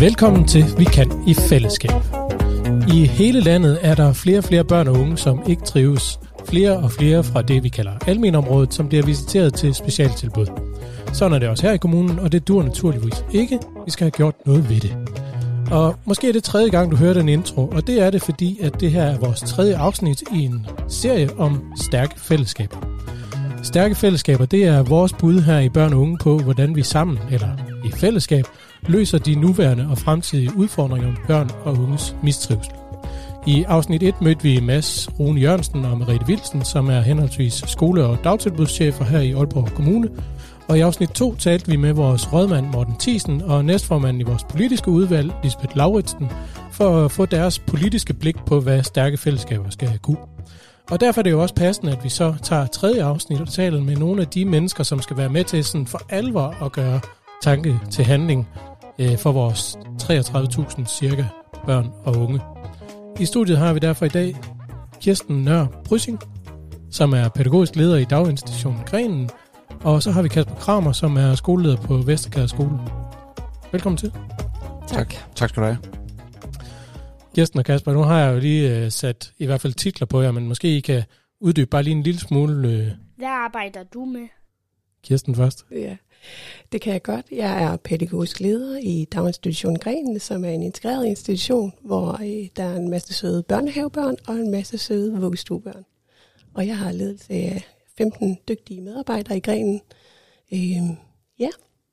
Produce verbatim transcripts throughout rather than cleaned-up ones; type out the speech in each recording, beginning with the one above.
Velkommen til Vi kan i fællesskab. I hele landet er der flere og flere børn og unge, som ikke trives. Flere og flere fra det, vi kalder almenområdet, som bliver visiteret til specialtilbud. Sådan er det også her i kommunen, og det dur naturligvis ikke. Vi skal have gjort noget ved det. Og måske er det tredje gang, du hører den intro, og det er det, fordi at det her er vores tredje afsnit i en serie om stærke fællesskaber. Stærke fællesskaber, det er vores bud her i Børn og Unge på, hvordan vi sammen, eller i fællesskab, løser de nuværende og fremtidige udfordringer med børn og unges mistrivsel. I afsnit et mødte vi Mads Rune Jørgensen og Merete Wilson, som er henholdsvis skole- og dagtilbudschefer her i Aalborg Kommune. Og i afsnit to talte vi med vores rådmand Morten Thiesen og næstformanden i vores politiske udvalg, Lisbeth Lauritsen, for at få deres politiske blik på, hvad stærke fællesskaber skal kunne. Og derfor er det jo også passende, at vi så tager tredje afsnit og taler med nogle af de mennesker, som skal være med til sådan for alvor at gøre tanke til handling øh, for vores treogtredive tusind cirka børn og unge. I studiet har vi derfor i dag Kirsten Nør Bryssing, som er pædagogisk leder i daginstitutionen Grenen, og så har vi Kasper Kramer, som er skoleleder på Vestergade Skole. Velkommen til. Tak. Tak skal du have. Kirsten og Kasper, nu har jeg jo lige øh, sat i hvert fald titler på jer, men måske I kan uddybe bare lige en lille smule. Øh... Hvad arbejder du med? Kirsten først. Ja, det kan jeg godt. Jeg er pædagogisk leder i daginstitutionen Grenen, som er en integreret institution, hvor øh, der er en masse søde børnehavebørn og en masse søde vuggestuebørn. Og jeg har ledelse af femten dygtige medarbejdere i Grenen. Øh, ja.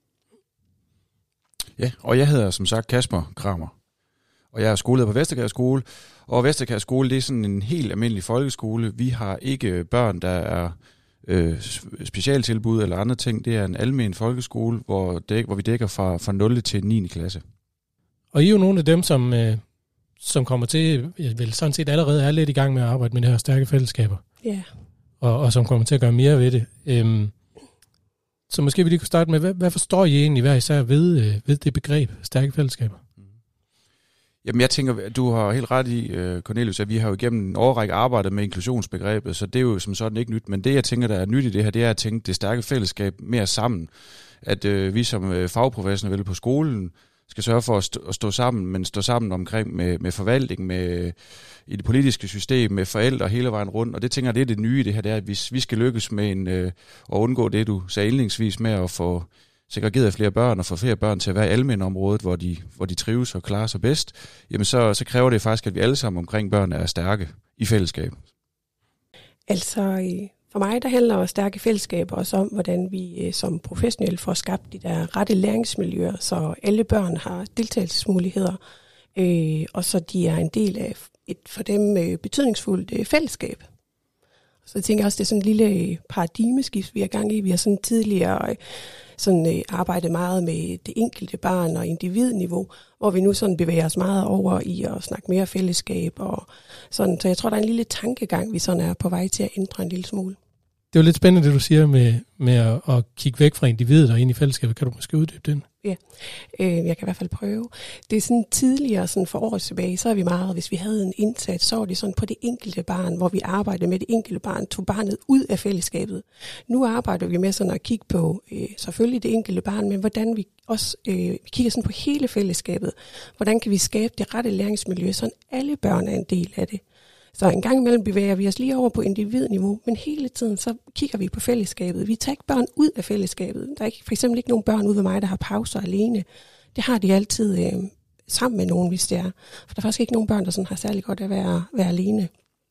Ja, og jeg hedder som sagt Kasper Kramer. Og jeg er skoleleder på Vestergade Skole, og Vestergade Skole, det er sådan en helt almindelig folkeskole. Vi har ikke børn, der er øh, specialtilbud eller andre ting. Det er en almen folkeskole, hvor, dæk, hvor vi dækker fra, fra nul til niende klasse. Og I er jo nogle af dem, som, øh, som kommer til, vel sådan set allerede er lidt i gang med at arbejde med det her stærke fællesskaber. Ja. Yeah. Og, og som kommer til at gøre mere ved det. Øhm, så måske vi lige kunne starte med, hvad, hvad forstår I egentlig hver især ved, øh, ved det begreb, stærke fællesskaber? Jamen jeg tænker, du har helt ret i, Cornelius, at vi har jo igennem en årrække arbejdet med inklusionsbegrebet, så det er jo som sådan ikke nyt. Men det jeg tænker, der er nyt i det her, det er at tænke det stærke fællesskab mere sammen. At øh, vi som øh, fagprofessionelle på skolen skal sørge for at stå, at stå sammen, men stå sammen omkring med, med forvaltning, med i det politiske system, med forældre hele vejen rundt. Og det tænker jeg, det er det nye i det her, det er, at hvis vi skal lykkes med en, øh, at undgå det, du sagde indledningsvis med at få segregeret flere børn og få flere børn til at være i almenområdet, hvor de, hvor de trives og klarer sig bedst, jamen så, så kræver det faktisk, at vi alle sammen omkring børn er stærke i fællesskab. Altså for mig, der handler stærke fællesskaber også om, hvordan vi som professionelle får skabt de der rette læringsmiljøer, så alle børn har deltagelsesmuligheder, øh, og så de er en del af et for dem øh, betydningsfuldt øh, fællesskab. Så jeg tænker også, det er sådan en lille paradigmeskift, vi er gang i. Vi har sådan tidligere sådan, øh, arbejdet meget med det enkelte barn og individniveau, hvor vi nu sådan bevæger os meget over i at snakke mere fællesskab. Og sådan. Så jeg tror, der er en lille tankegang, vi sådan er på vej til at ændre en lille smule. Det er jo lidt spændende, det du siger med, med at, at kigge væk fra individet og ind i fællesskabet. Kan du måske uddybe den? Ja, øh, jeg kan i hvert fald prøve. Det er sådan tidligere, sådan for år tilbage, så er vi meget, hvis vi havde en indsats, så var det sådan på det enkelte barn, hvor vi arbejdede med det enkelte barn, tog barnet ud af fællesskabet. Nu arbejder vi med sådan at kigge på øh, selvfølgelig det enkelte barn, men hvordan vi også øh, vi kigger sådan på hele fællesskabet. Hvordan kan vi skabe det rette læringsmiljø, så alle børn er en del af det. Så en gang imellem bevæger vi os lige over på individniveau, men hele tiden så kigger vi på fællesskabet. Vi tager ikke børn ud af fællesskabet. Der er ikke, for eksempel ikke nogen børn ude ved mig, der har pauser alene. Det har de altid øh, sammen med nogen, hvis det er. For der er faktisk ikke nogen børn, der sådan har særlig godt at være, være alene.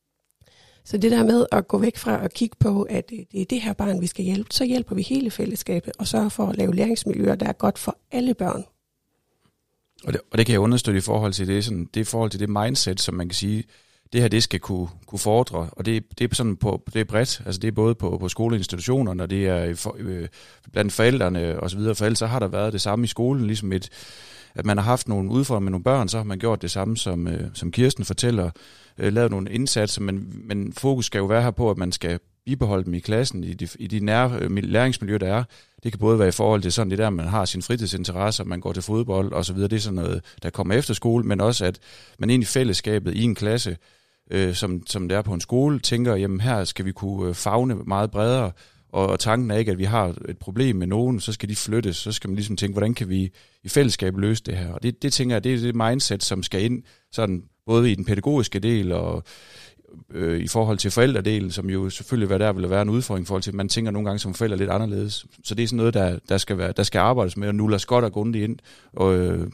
Så det der med at gå væk fra at kigge på, at det er det her barn, vi skal hjælpe, så hjælper vi hele fællesskabet og sørger for at lave læringsmiljøer, der er godt for alle børn. Og det, og det kan jeg understøtte i forhold til det, sådan, det i forhold til det mindset, som man kan sige, det her, det skal kunne, kunne fordre, og det, det er sådan på, det er bredt, altså det er både på, på skoleinstitutionerne, og det er for, øh, blandt forældrene og så videre. For ellers så har der været det samme i skolen, ligesom et, at man har haft nogle udfordringer med nogle børn, så har man gjort det samme, som, øh, som Kirsten fortæller, øh, lavet nogle indsatser, men, men fokus skal jo være her på, at man skal bibeholde dem i klassen, i de, i de nære øh, læringsmiljøer, der er. Det kan både være i forhold til sådan det der, man har sin fritidsinteresse, man går til fodbold og så videre, det er sådan noget, der kommer efter skole, men også at man ind i fællesskabet i en klasse, øh, som, som det er på en skole, tænker, jamen her skal vi kunne favne meget bredere, og, og tanken er ikke, at vi har et problem med nogen, så skal de flyttes, så skal man ligesom tænke, hvordan kan vi i fællesskab løse det her? Og det, det tænker jeg, det er det mindset, som skal ind, sådan både i den pædagogiske del og øh, i forhold til forældredelen, som jo selvfølgelig hvad der vil være en udfordring i forhold til, at man tænker nogle gange som forældre lidt anderledes. Så det er sådan noget, der, der, skal, være, der skal arbejdes med, og nulles godt og grundigt ind. Og, øh,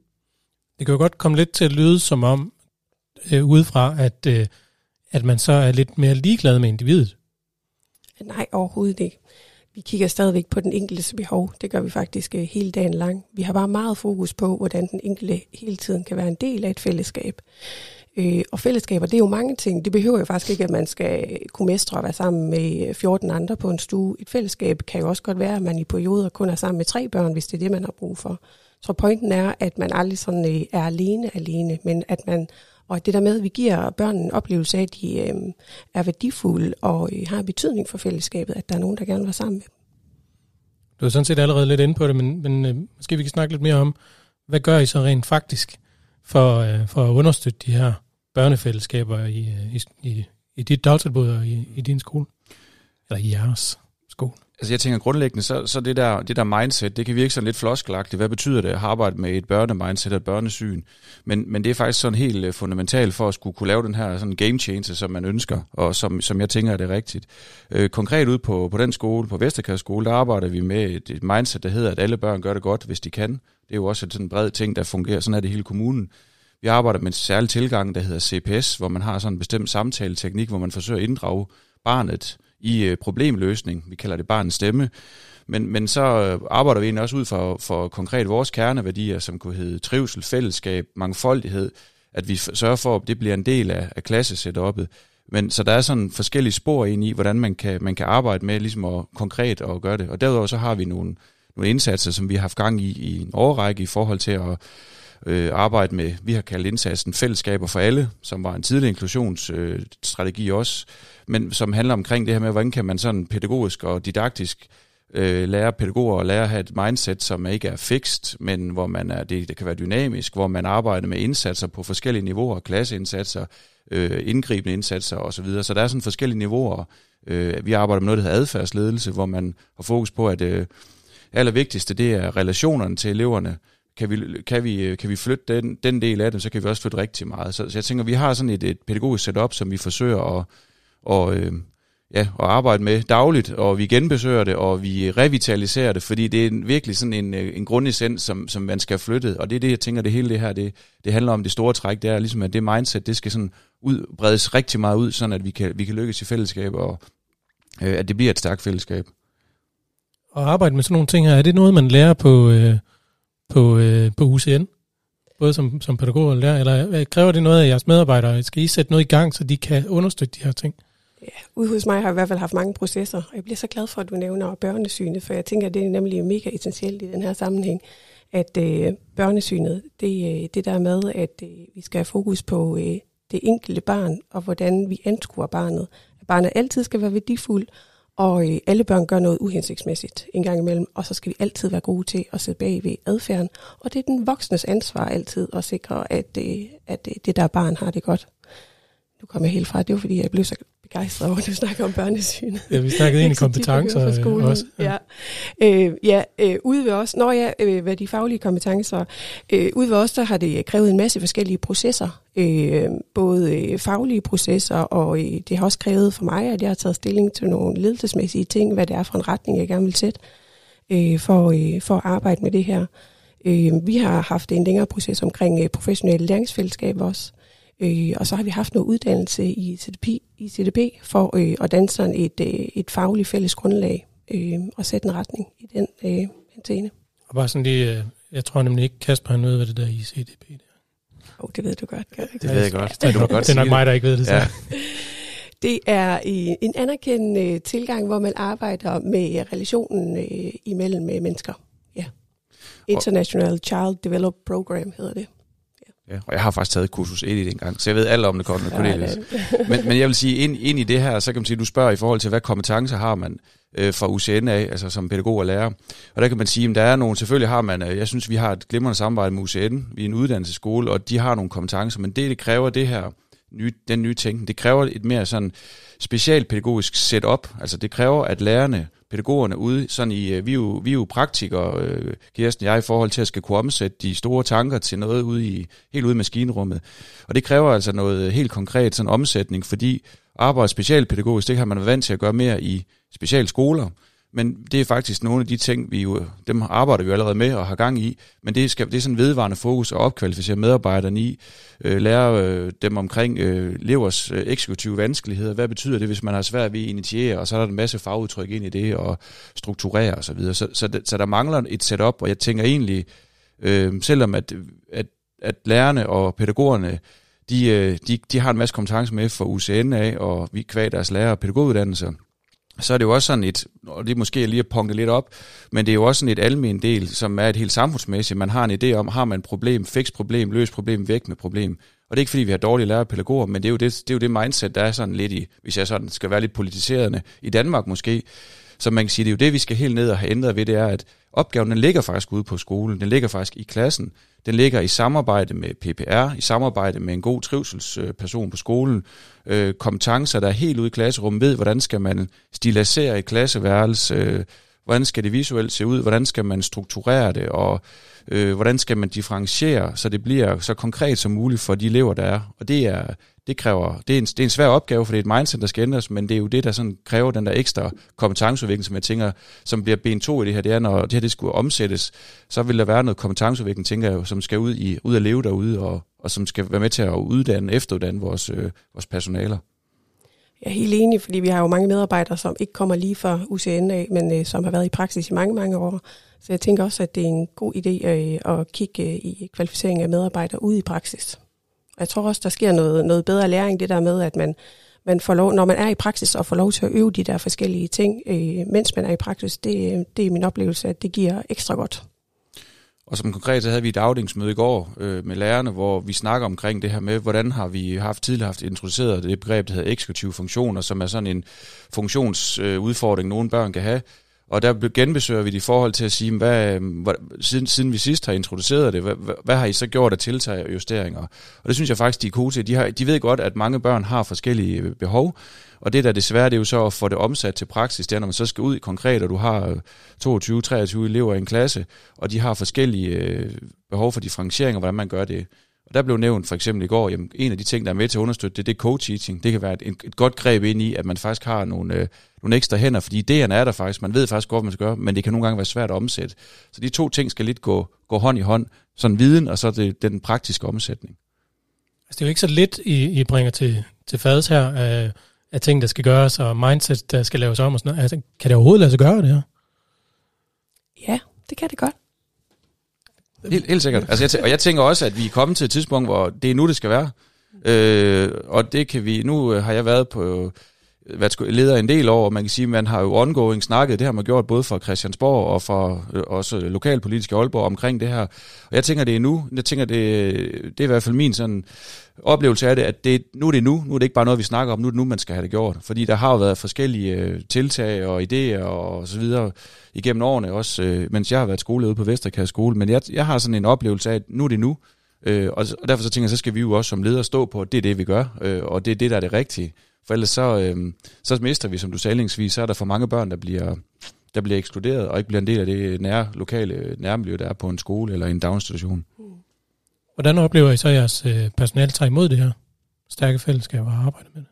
det kan jo godt komme lidt til at lyde som om, øh, udefra, at, øh, at man så er lidt mere ligeglad med individet. Nej, overhovedet ikke. Vi kigger stadigvæk på den enkeltes behov. Det gør vi faktisk hele dagen lang. Vi har bare meget fokus på, hvordan den enkelte hele tiden kan være en del af et fællesskab. Øh, og fællesskaber, det er jo mange ting. Det behøver jo faktisk ikke, at man skal kunne mestre at være sammen med fjorten andre på en stue. Et fællesskab kan jo også godt være, at man i perioder kun er sammen med tre børn, hvis det er det, man har brug for. Så pointen er, at man aldrig sådan er alene alene, men at man, og det der med, at vi giver børnene en oplevelse af, at de øh, er værdifulde og øh, har en betydning for fællesskabet, at der er nogen, der gerne vil være sammen med dem. Du er sådan set allerede lidt inde på det, men, men øh, måske vi kan snakke lidt mere om, hvad gør I så rent faktisk for, øh, for at understøtte de her børnefællesskaber i, i, i, i dit dagtilbud og i, i din skole? Eller i jeres skole? Altså jeg tænker grundlæggende, så, så det, der, det der mindset, det kan virke sådan lidt floskelagtigt. Hvad betyder det at arbejde med et børnemindset og et børnesyn? Men, men det er faktisk sådan helt fundamentalt for at skulle kunne lave den her sådan game changer, som man ønsker, og som, som jeg tænker er det rigtigt. Øh, konkret ud på, på den skole, på Vesterkær skole, der arbejder vi med et, et mindset, der hedder, at alle børn gør det godt, hvis de kan. Det er jo også et sådan bred ting, der fungerer. Sådan er det hele kommunen. Vi arbejder med en særlig tilgang, der hedder C P S, hvor man har sådan en bestemt samtaleteknik, hvor man forsøger at inddrage barnet i øh, problemløsning. Vi kalder det barnets stemme. Men, men så øh, arbejder vi egentlig også ud for, for konkret vores kerneværdier, som kunne hedde trivsel, fællesskab, mangfoldighed, at vi sørger for, at det bliver en del af, af klassesetup'et. Men så der er sådan forskellige spor ind i, hvordan man kan, man kan arbejde med ligesom at, konkret at gøre det. Og derudover så har vi nogle, nogle indsatser, som vi har haft gang i i en årrække i forhold til at øh, arbejde med, vi har kaldt indsatsen Fællesskaber for alle, som var en tidlig inklusionsstrategi øh, også, men som handler omkring det her med, hvordan kan man sådan pædagogisk og didaktisk øh, lære pædagoger og lære at have et mindset, som ikke er fikst, men hvor man er, det, det kan være dynamisk, hvor man arbejder med indsatser på forskellige niveauer, klasseindsatser, øh, indgribende indsatser osv. Så, så der er sådan forskellige niveauer. Øh, vi arbejder med noget, der hedder adfærdsledelse, hvor man har fokus på, at øh, allervigtigste, det er relationerne til eleverne. Kan vi, kan vi, kan vi flytte den, den del af dem, så kan vi også flytte rigtig meget. Så, så jeg tænker, vi har sådan et, et pædagogisk setup, som vi forsøger at, og, øh, ja, at arbejde med dagligt, og vi genbesøger det, og vi revitaliserer det, fordi det er en, virkelig sådan en, en grundessens, som, som man skal flytte. Og det er det, jeg tænker, det hele det her, det, det handler om det store træk, det er ligesom, at det mindset, det skal sådan udbredes rigtig meget ud, sådan at vi kan, vi kan lykkes i fællesskab, og øh, at det bliver et stærkt fællesskab. Og arbejde med sådan nogle ting her, er det noget, man lærer på... Øh På, øh, på U C N, både som, som pædagog og lærer, eller kræver det noget af jeres medarbejdere? Skal I sætte noget i gang, så de kan understøtte de her ting? Ja, ude hos mig har jeg i hvert fald haft mange processer, og jeg bliver så glad for, at du nævner børnesynet, for jeg tænker, at det er nemlig mega essentielt i den her sammenhæng, at øh, børnesynet, det, det der med, at øh, vi skal have fokus på øh, det enkelte barn, og hvordan vi anskuer barnet. At barnet altid skal være værdifuld, og øh, alle børn gør noget uhensigtsmæssigt en gang imellem, og så skal vi altid være gode til at sidde bag ved adfærden. Og det er den voksnes ansvar altid at sikre, at, øh, at øh, det der barn har det godt. Nu kommer jeg helt fra, det var fordi, jeg blev så begejstret over, at du snakker om børnesynet. Ja, vi snakkede egentlig kompetencer også. Ja, øh, ja øh, ude ved os, når jeg, øh, hvad de faglige kompetencer, øh, ude ved os, der har det krævet en masse forskellige processer, øh, både øh, faglige processer, og øh, det har også krævet for mig, at jeg har taget stilling til nogle ledelsesmæssige ting, hvad det er for en retning, jeg gerne vil sætte, øh, for, øh, for at arbejde med det her. Øh, vi har haft en længere proces omkring øh, professionelle læringsfællesskab også. Øh, og så har vi haft noget uddannelse i C D P, i C D P for øh, at danne sådan et, øh, et fagligt fælles grundlag øh, og sætte en retning i den øh, scene. Og bare sådan lige, øh, jeg tror nemlig ikke, Kasper har noget ved det der i C D P. Der. Oh, det ved du godt. Gør det, det ved jeg godt. Det er, godt det er nok mig, der ikke ved det. Så. Ja. Det er øh, en anerkendende tilgang, hvor man arbejder med relationen øh, imellem mennesker. Ja. International Child Development Program hedder det. Ja, og jeg har faktisk taget kursus et i det engang, så jeg ved alt om det godt med Cornelius. men, men jeg vil sige, ind, ind i det her, så kan man sige, du spørger i forhold til, hvad kompetencer har man øh, fra U C N af, altså som pædagog og lærer. Og der kan man sige, at der er nogle, selvfølgelig har man, jeg synes, vi har et glimrende samarbejde med U C N, vi er en uddannelsesskole, og de har nogle kompetencer, men det, det kræver det her, nye, den nye tænkning. Det kræver et mere sådan specialpædagogisk setup. Altså det kræver, at lærerne, pædagogerne ude, sådan i, vi er jo, vi er jo praktikere, øh, Kirsten og jeg, i forhold til at skal kunne omsætte de store tanker til noget ude i, helt ude i maskinrummet. Og det kræver altså noget helt konkret sådan omsætning, fordi arbejde specialpædagogisk, det har man været vant til at gøre mere i specialskoler. Men det er faktisk nogle af de ting, vi jo, dem arbejder vi jo allerede med og har gang i, men det, skal, det er sådan vedvarende fokus at opkvalificere medarbejderne i, øh, lære øh, dem omkring øh, elevers øh, eksekutive vanskeligheder. Hvad betyder det, hvis man har svært ved at initiere, og så er der en masse fagudtryk ind i det, og strukturere osv. Så, videre. så, så, så der mangler et setup, og jeg tænker egentlig, øh, selvom at, at, at lærerne og pædagogerne, de, de, de har en masse kompetencer med fra U C N af, og vi kvad deres lærer- og pædagoguddannelser, så er det jo også sådan et, og det er måske lige at punkte lidt op, men det er jo også sådan et almen del, som er et helt samfundsmæssigt. Man har en idé om, har man et problem, fix problem, løs problem, væk med problem. Og det er ikke fordi, vi har dårlige lærere og pædagoger, men det er jo det, det, er jo det mindset, der er sådan lidt i, hvis jeg sådan skal være lidt politiserende, i Danmark måske. Så man kan sige, det er jo det, vi skal helt ned og have ændret ved, det er, at opgaven, den ligger faktisk ude på skolen, den ligger faktisk i klassen, den ligger i samarbejde med P P R, i samarbejde med en god trivselsperson på skolen, øh, kompetencer, der er helt ude i klasserummet, ved, hvordan skal man stilisere et klasseværelse, øh, hvordan skal det visuelt se ud, hvordan skal man strukturere det, og øh, hvordan skal man differentiere, så det bliver så konkret som muligt for de elever, der er. Og det er det kræver, det er, en, det er en svær opgave, for det er et mindset, der skal ændres, men det er jo det, der sådan kræver den der ekstra kompetenceudvikling, som jeg tænker, som bliver ben to i det her, det er, når det her det skulle omsættes, så vil der være noget kompetenceudvikling, tænker jeg, som skal ud, i, ud at leve derude, og, og som skal være med til at uddanne, efteruddanne vores, øh, vores personaler. Jeg er helt enig, fordi vi har jo mange medarbejdere, som ikke kommer lige fra U C N af, men øh, som har været i praksis i mange, mange år. Så jeg tænker også, at det er en god idé øh, at kigge øh, i kvalificering af medarbejdere ude i praksis. Jeg tror også, der sker noget, noget bedre læring, det der med, at man, man får lov, når man er i praksis og får lov til at øve de der forskellige ting, øh, mens man er i praksis, det, det er min oplevelse, at det giver ekstra godt. Og som konkret, så havde vi et afdelingsmøde i går øh, med lærerne, hvor vi snakker omkring det her med, hvordan har vi haft tidligere haft introduceret det begreb, der hedder eksekutive funktioner, som er sådan en funktionsudfordring, øh, nogle børn kan have. Og der genbesøger vi det i forhold til at sige, hvad, hvad, siden, siden vi sidst har introduceret det, hvad, hvad, hvad har I så gjort af tiltag og justeringer? Og det synes jeg faktisk, de er gode til. De, har, de ved godt, at mange børn har forskellige behov, og det der desværre, det er jo så at få det omsat til praksis, det er, når man så skal ud i konkret, og du har toogtyve til treogtyve elever i en klasse, og de har forskellige øh, behov for differentiering, og hvordan man gør det. Og der blev nævnt for eksempel i går, jamen, en af de ting, der er med til at understøtte det, det er co-teaching. Det kan være et, et godt greb ind i, at man faktisk har nogle, øh, nogle ekstra hænder, fordi idéerne er der faktisk. Man ved faktisk godt, hvad man skal gøre, men det kan nogle gange være svært at omsætte. Så de to ting skal lidt gå, gå hånd i hånd. Sådan viden, og så det, den praktiske omsætning. Altså det er jo ikke så lidt, I, I bringer til, til fadet her, af, af ting, der skal gøres, og mindset, der skal laves om og sådan noget. Altså, kan det overhovedet lade sig gøre det her? Ja, det kan det godt. Helt, helt sikkert. Altså, jeg t- og jeg tænker også, at vi er kommet til et tidspunkt, hvor det er nu, det skal være. Øh, og det kan vi... Nu har jeg været på været leder en del år, og man kan sige, at man har jo ongoing snakket, det har man gjort både fra Christiansborg og fra øh, også lokalpolitiske Aalborg omkring det her. Og jeg tænker, det er nu. Jeg tænker, det, det er i hvert fald min sådan oplevelse af det, at det, nu er det nu. Nu er det ikke bare noget, vi snakker om. Nu er det nu, man skal have det gjort. Fordi der har jo været forskellige øh, tiltag og idéer og så videre igennem årene, også øh, mens jeg har været skoleleder på Vesterkær Skole. Men jeg, jeg har sådan en oplevelse af, at nu er det nu. Øh, og, og derfor så tænker jeg, så skal vi jo også som ledere stå på, at det er det, vi gør. Øh, og det er det, der er det rigtige. For ellers så, øh, så mister vi, som du sagde indledningsvis, så er der for mange børn, der bliver, der bliver ekskluderet, og ikke bliver en del af det nære, lokale nærmiljø, der er på en skole eller en daginstitution. Hvordan oplever I så, at jeres personale tager imod det her stærke fællesskab og arbejde med det?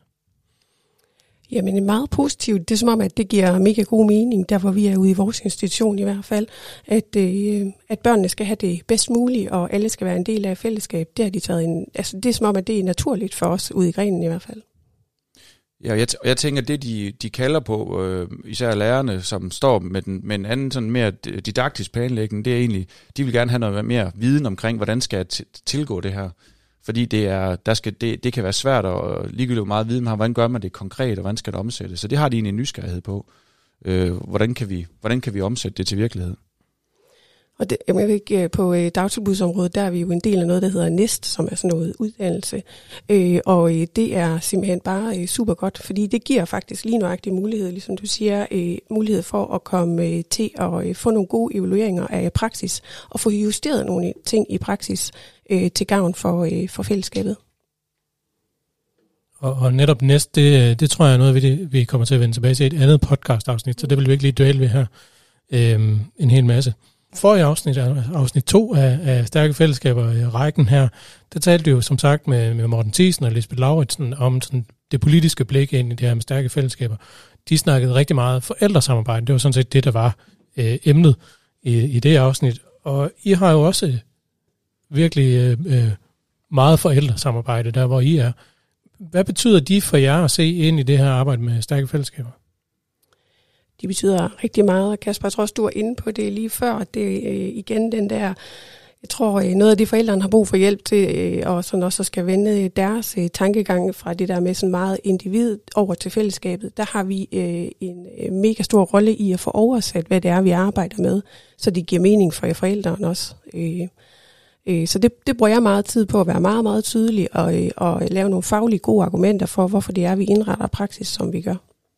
Jamen det er meget positivt. Det er som om, at det giver mega god mening, der hvor vi er ude i vores institution i hvert fald, at, øh, at børnene skal have det bedst muligt, og alle skal være en del af fællesskab. Det har de taget en, altså det er som om, at det er naturligt for os ude i grenen i hvert fald. Ja, jeg, t- jeg tænker, det de, de kalder på, øh, især lærerne, som står med, den, med en anden sådan mere didaktisk planlægning, det er egentlig, de vil gerne have noget mere viden omkring, hvordan skal jeg t- tilgå det her. Fordi det, er, der skal, det, det kan være svært, og ligegyldigt hvor meget viden man har, hvordan gør man det konkret, og hvordan skal det omsættes. Så det har de egentlig en nysgerrighed på. Øh, hvordan, kan vi, hvordan kan vi omsætte det til virkelighed? Og det, jeg ved, på øh, dagtilbudsområdet, der er vi jo en del af noget, der hedder NEST, som er sådan noget uddannelse. Øh, og øh, det er simpelthen bare øh, super godt, fordi det giver faktisk lige nøjagtig mulighed, ligesom du siger, øh, mulighed for at komme øh, til at øh, få nogle gode evalueringer af praksis, og få justeret nogle ting i praksis øh, til gavn for, øh, for fællesskabet. Og, og netop næste, det, det tror jeg er noget, vi, vi kommer til at vende tilbage til et andet podcast-afsnit, så det vil vi ikke lige dvæle ved her øhm, en hel masse. Forrige afsnit, afsnit to af, af Stærke Fællesskaber i rækken her, der talte vi jo som sagt med, med Morten Thiesen og Lisbeth Lauritsen om sådan det politiske blik ind i det her med stærke fællesskaber. De snakkede rigtig meget forældresamarbejde, det var sådan set det, der var øh, emnet i, i det afsnit. Og I har jo også virkelig øh, meget forældresamarbejde der, hvor I er. Hvad betyder de for jer at se ind i det her arbejde med stærke fællesskaber? De betyder rigtig meget, Kasper. Jeg tror også, du var inde på det lige før. Det øh, igen den der, jeg tror øh, noget af det forældrene har brug for hjælp til, øh, og sådan også skal vende deres øh, tankegang fra det der med sådan meget individ over til fællesskabet. Der har vi øh, en øh, mega stor rolle i at få oversat, hvad det er, vi arbejder med, så det giver mening for jer forældrene også. Øh, øh, så det, det bruger jeg meget tid på at være meget, meget tydelig og, øh, og lave nogle faglige gode argumenter for, hvorfor det er, vi indretter praksis, som vi gør.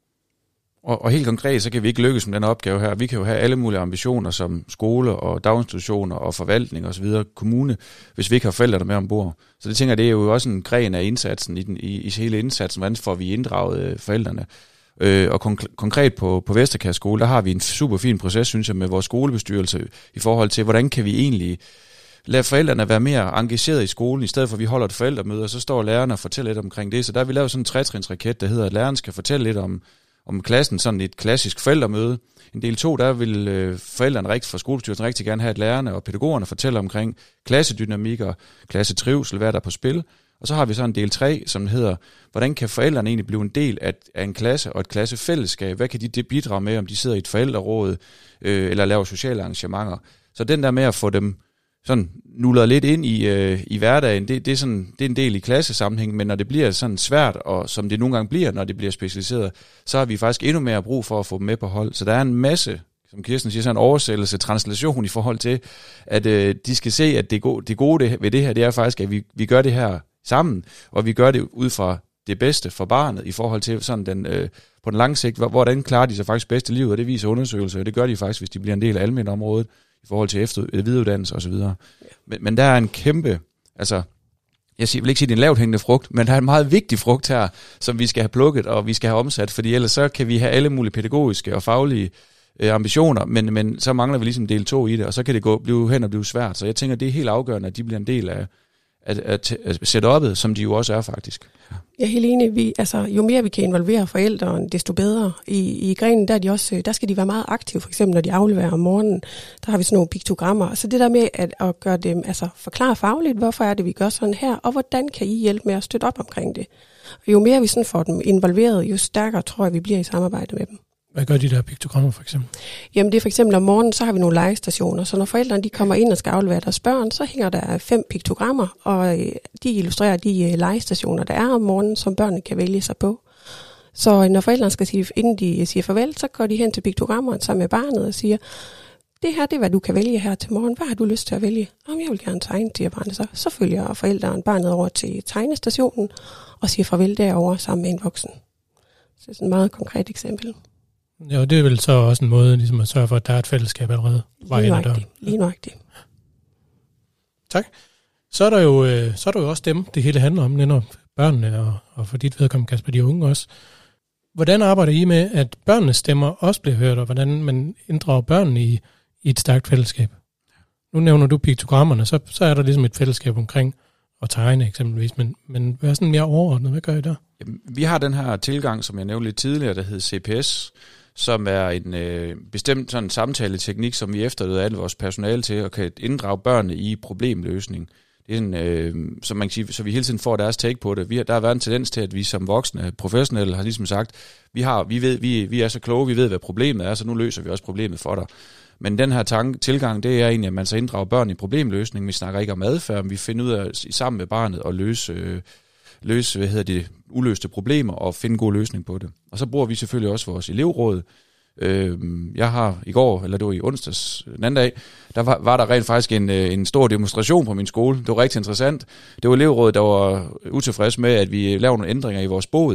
Og, og helt konkret, så kan vi ikke lykkes med den opgave her. Vi kan jo have alle mulige ambitioner som skole og daginstitutioner og forvaltning osv., kommune, hvis vi ikke har forældrene med ombord. Så det tænker jeg, det er jo også en gren af indsatsen, i, den, i, i hele indsatsen, hvordan får vi inddraget forældrene. Øh, og konk- konkret på, på Vesterkær skole, der har vi en super fin proces, synes jeg, med vores skolebestyrelse i forhold til, hvordan kan vi egentlig lade forældrene være mere engageret i skolen, i stedet for at vi holder et forældremøde, og så står lærerne og fortæller lidt omkring det. Så der har vi lavet sådan en tretrinsraket, der hedder, at læreren skal fortælle lidt om om klassen, sådan et klassisk forældremøde. En del to, der vil øh, forældrene rigtig fra skolebestyrelsen rigtig gerne have, at lærerne og pædagogerne fortæller omkring klassedynamik og klassetrivsel, hvad der er på spil. Og så har vi så en del tre, som hedder, hvordan kan forældrene egentlig blive en del af, af en klasse og et klassefællesskab? Hvad kan de bidrage med, om de sidder i et forældreråd øh, eller laver sociale arrangementer? Så den der med at få dem sådan nuller lidt ind i, øh, i hverdagen, det, det, er sådan, det er en del i klassesammenhæng, men når det bliver sådan svært, og som det nogle gange bliver, når det bliver specialiseret, så har vi faktisk endnu mere brug for at få dem med på hold. Så der er en masse, som Kirsten siger, sådan en oversættelse, translation i forhold til, at øh, de skal se, at det gode, det gode ved det her, det er faktisk, at vi, vi gør det her sammen, og vi gør det ud fra det bedste for barnet, i forhold til sådan den, øh, på den lange sigt, hvordan klarer de sig faktisk bedst i livet, og det viser undersøgelser, og det gør de faktisk, hvis de bliver en del af almenområdet, i forhold til efter, videreuddannelse osv. Ja. Men, men der er en kæmpe, altså, jeg vil ikke sige, det er en lavt hængende frugt, men der er en meget vigtig frugt her, som vi skal have plukket, og vi skal have omsat, fordi ellers så kan vi have alle mulige pædagogiske og faglige øh, ambitioner, men, men så mangler vi ligesom del to i det, og så kan det gå, blive hen og blive svært. Så jeg tænker, det er helt afgørende, at de bliver en del af at, at, at setup'et, som de jo også er faktisk. Ja. Jeg er helt enig. Vi, altså, jo mere vi kan involvere forældrene, desto bedre. I, i grenen, der, er de også, der skal de være meget aktive, for eksempel når de afleverer om morgenen. Der har vi sådan nogle piktogrammer. Så det der med at, at gøre dem, altså forklare fagligt, hvorfor er det, vi gør sådan her, og hvordan kan I hjælpe med at støtte op omkring det. Og jo mere vi sådan får dem involveret, jo stærkere tror jeg, vi bliver i samarbejde med dem. Hvad gør de der piktogrammer for eksempel? Jamen det er for eksempel om morgenen, så har vi nogle legestationer, så når forældrene de kommer ind og skal aflevere deres børn, så hænger der fem piktogrammer, og de illustrerer de legestationer, der er om morgenen, som børnene kan vælge sig på. Så når forældrene skal sige, inden de siger farvel, så går de hen til piktogrammeren sammen med barnet og siger, det her det er, hvad du kan vælge her til morgen. Hvad har du lyst til at vælge? Om jeg vil gerne tegne, siger barnet så. Så følger forældrene barnet over til tegnestationen og siger farvel derovre sammen med en voksen. Så det er sådan et meget konkret eksempel. Ja, og det er vel så også en måde ligesom at sørge for, at der er et fællesskab allerede. Lige nøjagtigt. Lige nøjagtigt. Tak. Så er der jo, så er der jo også dem, det hele handler om, netop børnene, og, og for dit vedkommende, Kasper, de unge også. Hvordan arbejder I med, at børnenes stemmer også bliver hørt, og hvordan man inddrager børnene i, i et stærkt fællesskab? Nu nævner du piktogrammerne, så, så er der ligesom et fællesskab omkring at tegne eksempelvis, men, men hvad er sådan mere overordnet? Hvad gør I der? Jamen, vi har den her tilgang, som jeg nævnte lidt tidligere, der hedder C P S, som er en øh, bestemt sådan samtaleteknik, som vi efterleder alle vores personale til, og kan inddrage børnene i problemløsning. Det er en, øh, som man kan sige, så vi hele tiden får deres take på det. Vi har, der har været en tendens til, at vi som voksne professionelle har ligesom sagt, vi har, vi ved, vi, vi er så kloge, vi ved, hvad problemet er, så nu løser vi også problemet for dig. Men den her tanke, tilgang, det er egentlig, at man så inddrager børn i problemløsning. Vi snakker ikke om adfærd, men vi finder ud af sammen med barnet at løse, øh, løse hvad hedder det, uløste problemer og finde en god løsning på det. Og så bruger vi selvfølgelig også vores elevråd. Øh, jeg har i går, eller det var i onsdags den anden dag, der var, var der rent faktisk en, en stor demonstration på min skole. Det var rigtig interessant. Det var elevrådet, der var utilfreds med, at vi lavede nogle ændringer i vores båd.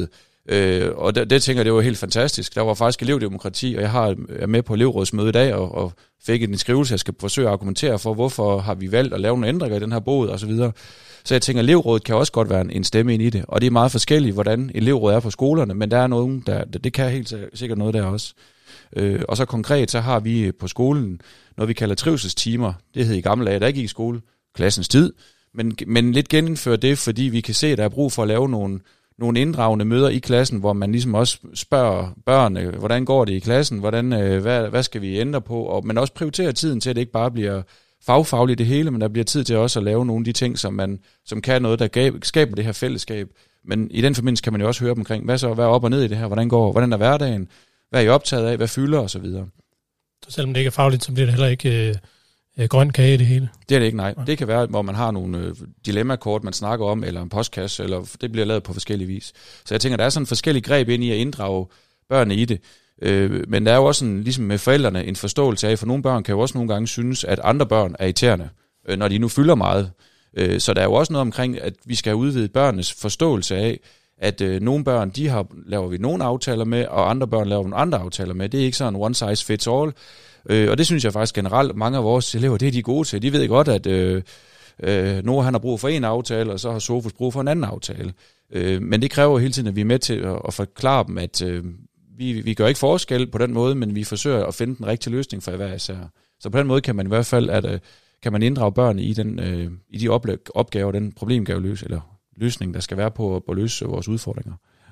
Øh, og det, det tænker jeg, det var helt fantastisk. Der var faktisk elevdemokrati, og jeg har, er med på elevrådsmøde i dag, og, og fik en skrivelse, jeg skal forsøge at argumentere for, hvorfor har vi valgt at lave nogle ændringer i den her bod, og så videre. Så jeg tænker, at elevrådet kan også godt være en, en stemme ind i det, og det er meget forskelligt, hvordan elevrådet er på skolerne, men der er nogen, der, det kan helt sikkert noget der også. Øh, og så konkret, så har vi på skolen noget, vi kalder trivselstimer. Det hed i gamle dage, der ikke gik i skole, klassens tid, men, men lidt genindføre det, fordi vi kan se, at der er brug for at lave nogle nogle inddragende møder i klassen, hvor man ligesom også spørger børnene, hvordan går det i klassen, hvordan, øh, hvad, hvad skal vi ændre på, og man også prioriterer tiden til, at det ikke bare bliver fagfagligt det hele, men der bliver tid til også at lave nogle af de ting, som man som kan noget, der gav, skaber det her fællesskab. Men i den forbindelse kan man jo også høre omkring, hvad så, hvad er op og ned i det her, hvordan går, hvordan er hverdagen, hvad er I optaget af, hvad fylder og så videre. Så selvom det ikke er fagligt, så bliver det heller ikke øh, grøn kage i det hele? Det er det ikke, nej. Det kan være, hvor man har nogle øh, dilemmakort, man snakker om, eller en postkasse, eller det bliver lavet på forskellige vis. Så jeg tænker, der er sådan en forskellig greb ind i at inddrage børnene i det. Øh, men der er jo også sådan, ligesom med forældrene en forståelse af, for nogle børn kan jo også nogle gange synes, at andre børn er irriterende, øh, når de nu fylder meget. Øh, så der er jo også noget omkring, at vi skal have udvidet børnenes forståelse af, at øh, nogle børn, de har, laver vi nogle aftaler med, og andre børn laver vi nogle andre aftaler med. Det er ikke sådan one size fits all. Øh, og det synes jeg faktisk generelt, mange af vores elever, det er de gode til. De ved godt, at øh, øh, Noah han har brug for en aftale, og så har Sofus brug for en anden aftale. Øh, men det kræver hele tiden, at vi er med til at, at forklare dem, at øh, vi, vi gør ikke forskel på den måde, men vi forsøger at finde den rigtige løsning for hver især. Så på den måde kan man i hvert fald, at øh, kan man inddrage børn i, den, øh, i de opgaver, den problemgave løs, eller løsning, der skal være på at løse vores udfordringer.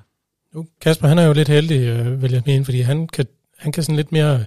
Nu, Kasper, han er jo lidt heldig, øh, vil jeg mene, fordi han kan, han kan sådan lidt mere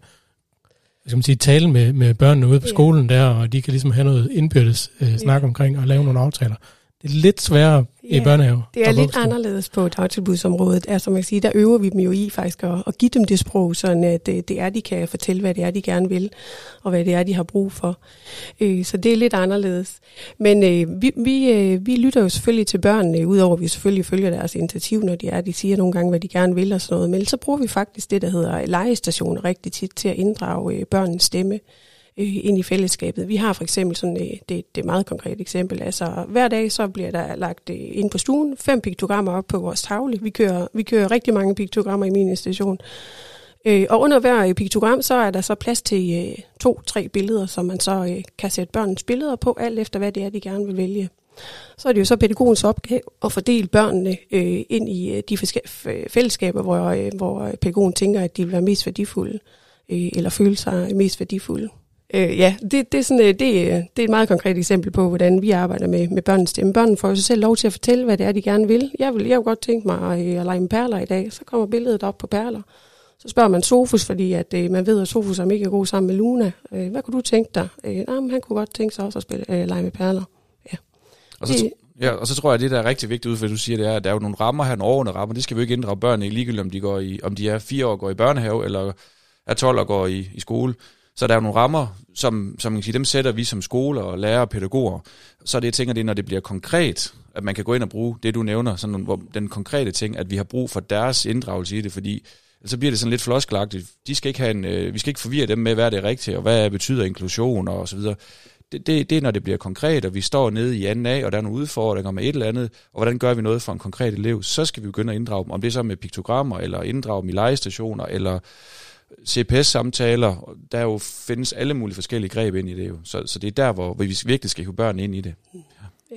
skal man sige, tale med, med børnene ude på yeah. skolen der, og de kan ligesom have noget indbyrdes øh, snak yeah. omkring og lave nogle aftaler. Det er lidt sværere yeah. i børnehave. Det er lidt anderledes på dagtilbudsområdet. Altså man kan sige, der øver vi dem jo i faktisk at, at give dem det sprog, sådan at det, det er, de kan fortælle, hvad det er, de gerne vil, og hvad det er, de har brug for. Øh, så det er lidt anderledes. Men øh, vi, vi, øh, vi lytter jo selvfølgelig til børnene, udover at vi selvfølgelig følger deres initiativ, når de er, de siger nogle gange, hvad de gerne vil og sådan noget. Men så bruger vi faktisk det, der hedder legestationer rigtig tit til at inddrage øh, børnenes stemme ind i fællesskabet. Vi har for eksempel sådan et, det, det er meget konkret eksempel. Altså hver dag så bliver der lagt ind på stuen fem piktogrammer op på vores tavle. Vi kører, vi kører rigtig mange piktogrammer i min institution. Øh, og under hver piktogram så er der så plads til øh, to-tre billeder, som man så øh, kan sætte børnenes billeder på, alt efter hvad det er, de gerne vil vælge. Så er det jo så pædagogens opgave at fordele børnene øh, ind i øh, de fællesskaber, hvor, øh, hvor pædagogen tænker, at de vil være mest værdifulde, øh, eller føle sig mest værdifulde. Øh, ja, det, det, er sådan, det, det er et meget konkret eksempel på, hvordan vi arbejder med, med børnenes stemme. Børnene får jo sig selv lov til at fortælle, hvad det er, de gerne vil. Jeg vil, jeg vil godt tænke mig at, at lege med perler i dag. Så kommer billedet op på perler. Så spørger man Sofus, fordi at, øh, man ved, at Sofus er mega god sammen med Luna. Øh, hvad kunne du tænke dig? Øh, nah, han kunne godt tænke sig også at spille, øh, lege med perler. Ja. Og så, det, ja, og så tror jeg, at det, der er rigtig vigtigt ud, for du siger, det er, at der er jo nogle rammer her, nogle overordnede rammer. Det skal vi jo ikke inddrage børnene i, ligegyldigt om de, går i, om de er fire år og går i børnehave, eller er tolv og går i, i skole. Så der er jo nogle rammer, som, som man kan sige, dem sætter vi som skole og lærere og pædagoger. Så er det, jeg tænker, det er, når det bliver konkret, at man kan gå ind og bruge det, du nævner, sådan hvor den konkrete ting, at vi har brug for deres inddragelse i det, fordi så bliver det sådan lidt floskelagtigt. De skal ikke have en, øh, vi skal ikke forvirre dem med, hvad det er rigtigt, og hvad betyder inklusion og så videre. Det, det, det er, når det bliver konkret, og vi står nede i anden A, og der er nogle udfordringer med et eller andet, og hvordan gør vi noget for en konkret elev, så skal vi begynde at inddrage dem. Om det er så med piktogrammer, eller inddrage dem i legestationer, eller C P S-samtaler, der jo findes alle mulige forskellige greb ind i det jo. Så, så det er der, hvor, hvor vi virkelig skal hive børn ind i det. Ja. Ja.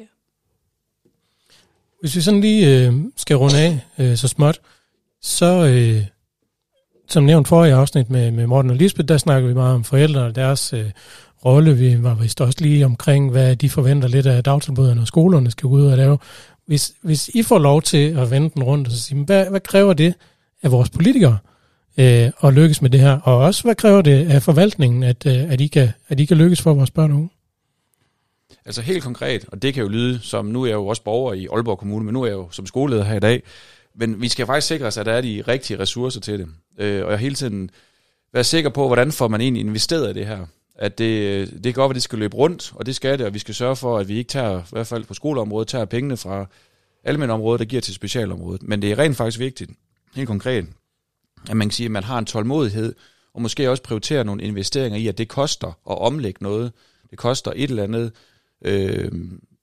Hvis vi sådan lige øh, skal runde af øh, så småt, så øh, som nævnt forrige afsnit med, med Morten og Lisbeth, der snakker vi meget om forældre og deres øh, rolle. Vi var vist også lige omkring, hvad de forventer lidt af dagtilbudene og skolerne skal gå ud og lave. Hvis, hvis I får lov til at vende den rundt og så sige, hvad, hvad kræver det af vores politikere øh, at lykkes med det her? Og også, hvad kræver det af forvaltningen, at, øh, at, I kan, at I kan lykkes for vores børn og unge? Altså helt konkret, og det kan jo lyde som, nu er jeg jo også borger i Aalborg Kommune, men nu er jeg jo som skoleleder her i dag. Men vi skal faktisk sikre os, at der er de rigtige ressourcer til det. Øh, og jeg hele tiden være sikker på, hvordan får man egentlig investeret i det her. At det, det kan godt være, at det skal løbe rundt, og det skal det, og vi skal sørge for, at vi ikke tager, i hvert fald på skoleområdet, tager pengene fra almenområdet, der giver til specialområdet. Men det er rent faktisk vigtigt, helt konkret, at man kan sige, at man har en tålmodighed, og måske også prioritere nogle investeringer i, at det koster at omlægge noget. Det koster et eller andet, øh,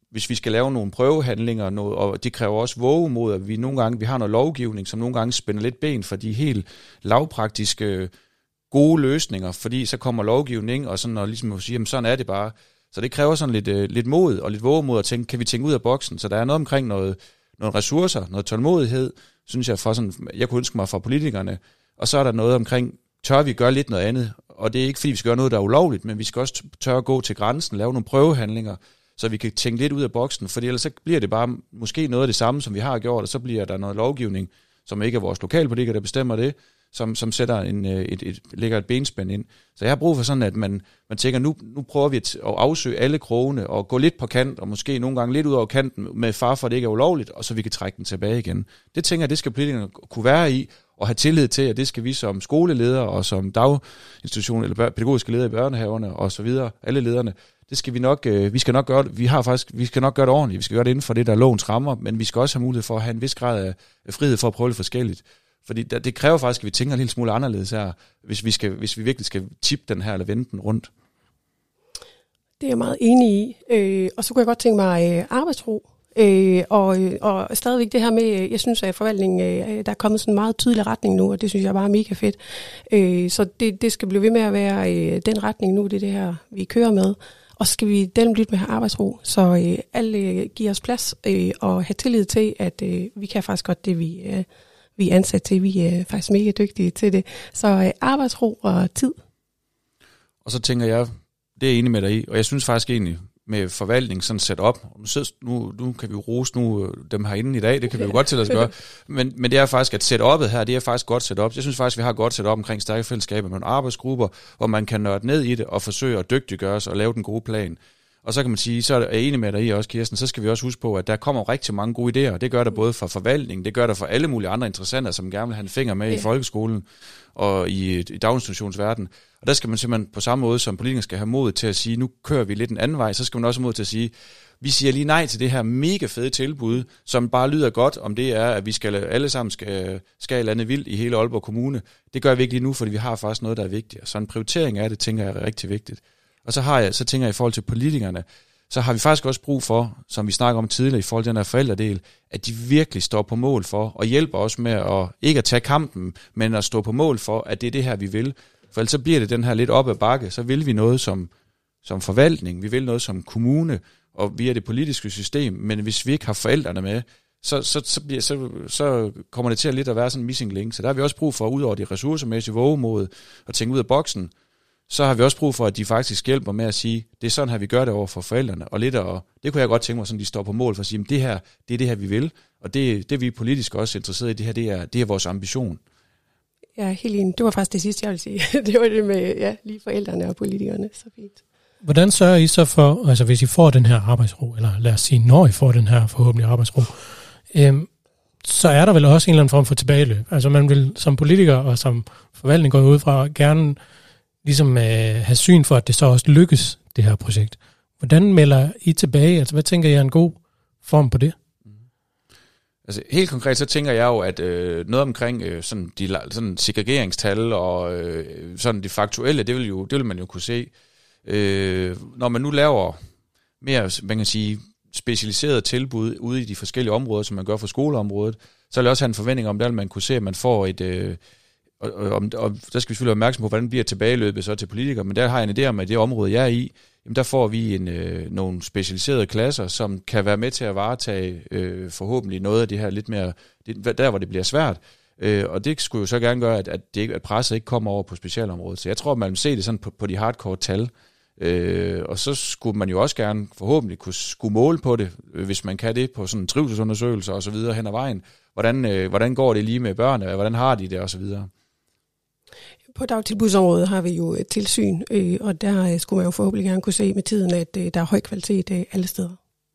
hvis vi skal lave nogle prøvehandlinger, noget, og det kræver også vågemod, at vi nogle gange vi har noget lovgivning, som nogle gange spænder lidt ben for de helt lavpraktiske gode løsninger, fordi så kommer lovgivning og sådan og ligesom sige, jamen sådan er det bare. Så det kræver sådan lidt, øh, lidt mod og lidt vågemod at tænke, kan vi tænke ud af boksen? Så der er noget omkring noget, noget ressourcer, noget tålmodighed, synes jeg, fra sådan, jeg kunne ønske mig fra politikerne. Og så er der noget omkring, tør vi gøre lidt noget andet? Og det er ikke fordi, vi skal gøre noget, der er ulovligt, men vi skal også tør at gå til grænsen, lave nogle prøvehandlinger, så vi kan tænke lidt ud af boksen, for ellers så bliver det bare måske noget af det samme, som vi har gjort, og så bliver der noget lovgivning, som ikke er vores lokalpolitikere, der bestemmer det, som, som sætter en, et, et, lægger et benspænd ind. Så jeg har brug for sådan, at man, man tænker, nu, nu prøver vi at afsøge alle krogene, og gå lidt på kant, og måske nogle gange lidt ud over kanten, med far for, at det ikke er ulovligt, og så vi kan trække den tilbage igen. Det tænker jeg, det skal politikerne kunne være i, og have tillid til, at det skal vi som skoleledere, og som daginstitution, eller pædagogiske ledere i børnehaverne, og så videre, alle lederne, det skal vi nok, øh, vi skal nok gøre det, vi har faktisk, vi skal nok gøre det ordentligt, vi skal gøre det inden for det, der er lovens rammer, men vi skal også have mulighed for at have en vis grad af, af frihed for at prøve det forskelligt. Fordi det, det kræver faktisk, at vi tænker en lille smule anderledes her, hvis vi, skal, hvis vi virkelig skal tippe den her, eller vende den rundt. Det er jeg meget enig i, øh, og så kunne jeg godt tænke mig øh, arbejdsro, øh, og, og stadigvæk det her med, jeg synes, at forvaltningen, øh, der er kommet sådan en meget tydelig retning nu, og det synes jeg bare er mega fedt. Øh, så det, det skal blive ved med at være øh, den retning nu, det er det her, vi kører med. Og så skal vi dele lidt med at have arbejdsro, så øh, alle giver os plads øh, og have tillid til, at øh, vi kan faktisk godt det, vi, øh, vi er ansat til. Vi er faktisk mega dygtige til det. Så øh, arbejdsro og tid. Og så tænker jeg, det er jeg enig med dig i, og jeg synes faktisk egentlig, med forvaltning sådan sat op, nu, nu kan vi jo rose nu dem herinde i dag, det kan vi jo godt til at gøre, men, men det er faktisk, at setup'et her, det er faktisk godt set op. Jeg synes faktisk, vi har godt set op omkring stærke fællesskaber med nogle arbejdsgrupper, hvor man kan nørde ned i det og forsøge at dygtiggøre sig og lave den gode plan. Og så kan man sige, så er jeg enig med dig i også, Kirsten, så skal vi også huske på, at der kommer rigtig mange gode idéer. Det gør der både for forvaltning, det gør der for alle mulige andre interessenter, som gerne vil have en finger med ja. i folkeskolen og i, i daginstitutionsverdenen. Og der skal man simpelthen på samme måde, som politikere skal have mod til at sige, nu kører vi lidt en anden vej, så skal man også have mod til at sige, vi siger lige nej til det her mega fede tilbud, som bare lyder godt, om det er, at vi skal alle sammen skal, skal lande vildt i hele Aalborg Kommune. Det gør vi ikke lige nu, fordi vi har faktisk noget, der er vigtigt. Så en prioritering af det, tænker jeg, er rigtig vigtigt. Og så, har jeg, så tænker jeg i forhold til politikerne, så har vi faktisk også brug for, som vi snakker om tidligere i forhold til den her forældredel, at de virkelig står på mål for, og hjælper os med at ikke at tage kampen, men at stå på mål for, at det er det her, vi vil. For ellers så bliver det den her lidt op ad bakke, så vil vi noget som, som forvaltning, vi vil noget som kommune, og via det politiske system, men hvis vi ikke har forældrene med, så, så, så, bliver, så, så kommer det til at lidt at være sådan en missing link. Så der har vi også brug for, ud over de ressourcemæssige vågemod, at tænke ud af boksen, så har vi også brug for, at de faktisk hjælper med at sige, det er sådan her, vi gør det over for forældrene, og lidt og det kunne jeg godt tænke mig, sådan de står på mål for at sige, det her, det er det her, vi vil, og det, det vi politisk også interesseret i, det her, det er, det er vores ambition. Ja, helt enig. Det var faktisk det sidste, jeg ville sige. Det var det med ja, lige forældrene og politikerne, så fint. Hvordan sørger I så for, altså hvis I får den her arbejdsro, eller lad os sige, når I får den her forhåbentlig arbejdsro, øhm, så er der vel også en eller anden form for tilbageløb. Altså man vil som politiker og som forvaltning gå ud fra gerne ligesom øh, have syn for, at det så også lykkes, det her projekt. Hvordan melder I tilbage? Altså hvad tænker I er en god form på det? Altså helt konkret, så tænker jeg jo, at øh, noget omkring øh, sådan de sådan segregeringstal og øh, sådan de faktuelle, det vil, jo, det vil man jo kunne se. Øh, når man nu laver mere, man kan sige, specialiserede tilbud ude i de forskellige områder, som man gør for skoleområdet, så vil jeg også have en forventning om, at man kunne se, at man får et... Øh, og, og, og der skal vi selvfølgelig være opmærksom på, hvordan bliver tilbageløbet så til politikere, men der har jeg en idé om, at det område, jeg er i, jamen der får vi en, øh, nogle specialiserede klasser, som kan være med til at varetage øh, forhåbentlig noget af det her lidt mere, det, der hvor det bliver svært. Øh, og det skulle jo så gerne gøre, at, at, det, at presset ikke kommer over på specialområdet. Så jeg tror, man vil se det sådan på, på de hardcore tal. Øh, og så skulle man jo også gerne forhåbentlig kunne skulle måle på det, hvis man kan det på sådan trivselsundersøgelser og så videre hen ad vejen. Hvordan, øh, hvordan går det lige med børnene, hvordan har de det og så videre. På dagtilbudsområdet har vi jo et tilsyn, øh, og der øh, skulle man jo forhåbentlig gerne kunne se med tiden, at øh, der er høj kvalitet øh, alle steder.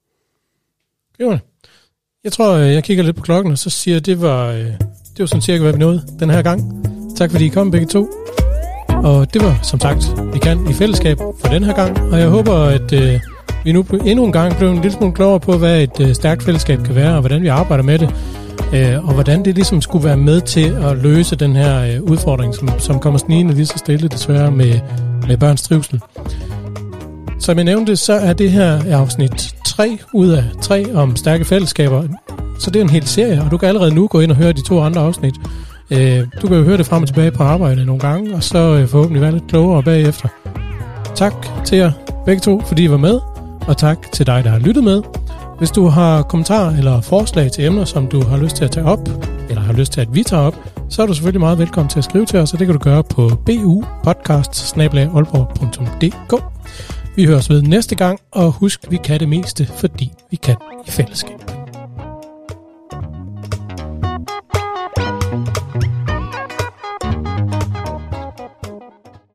Jo, jeg tror, jeg kigger lidt på klokken, og så siger det var, øh, det var sådan cirka, hvad vi nåede den her gang. Tak fordi I kom begge to. Og det var som sagt, vi kan i fællesskab for den her gang, og jeg håber, at øh, vi nu endnu en gang blev en lille smule klogere på, hvad et øh, stærkt fællesskab kan være, og hvordan vi arbejder med det. Øh, og hvordan det ligesom skulle være med til at løse den her øh, udfordring, som, som kommer snigende lige så stille desværre med, med børns trivsel. Som jeg nævnte, så er det her afsnit tre ud af tre om stærke fællesskaber. Så det er en hel serie, og du kan allerede nu gå ind og høre de to andre afsnit. Øh, du kan jo høre det frem og tilbage på arbejde nogle gange, og så øh, forhåbentlig være lidt klogere bagefter. Tak til jer begge to, fordi I var med, og tak til dig, der har lyttet med. Hvis du har kommentarer eller forslag til emner, som du har lyst til at tage op, eller har lyst til, at vi tager op, så er du selvfølgelig meget velkommen til at skrive til os, og det kan du gøre på b u podcast bindestreg aalborg punktum d k. Vi høres ved næste gang, og husk, vi kan det meste, fordi vi kan i fællesskab.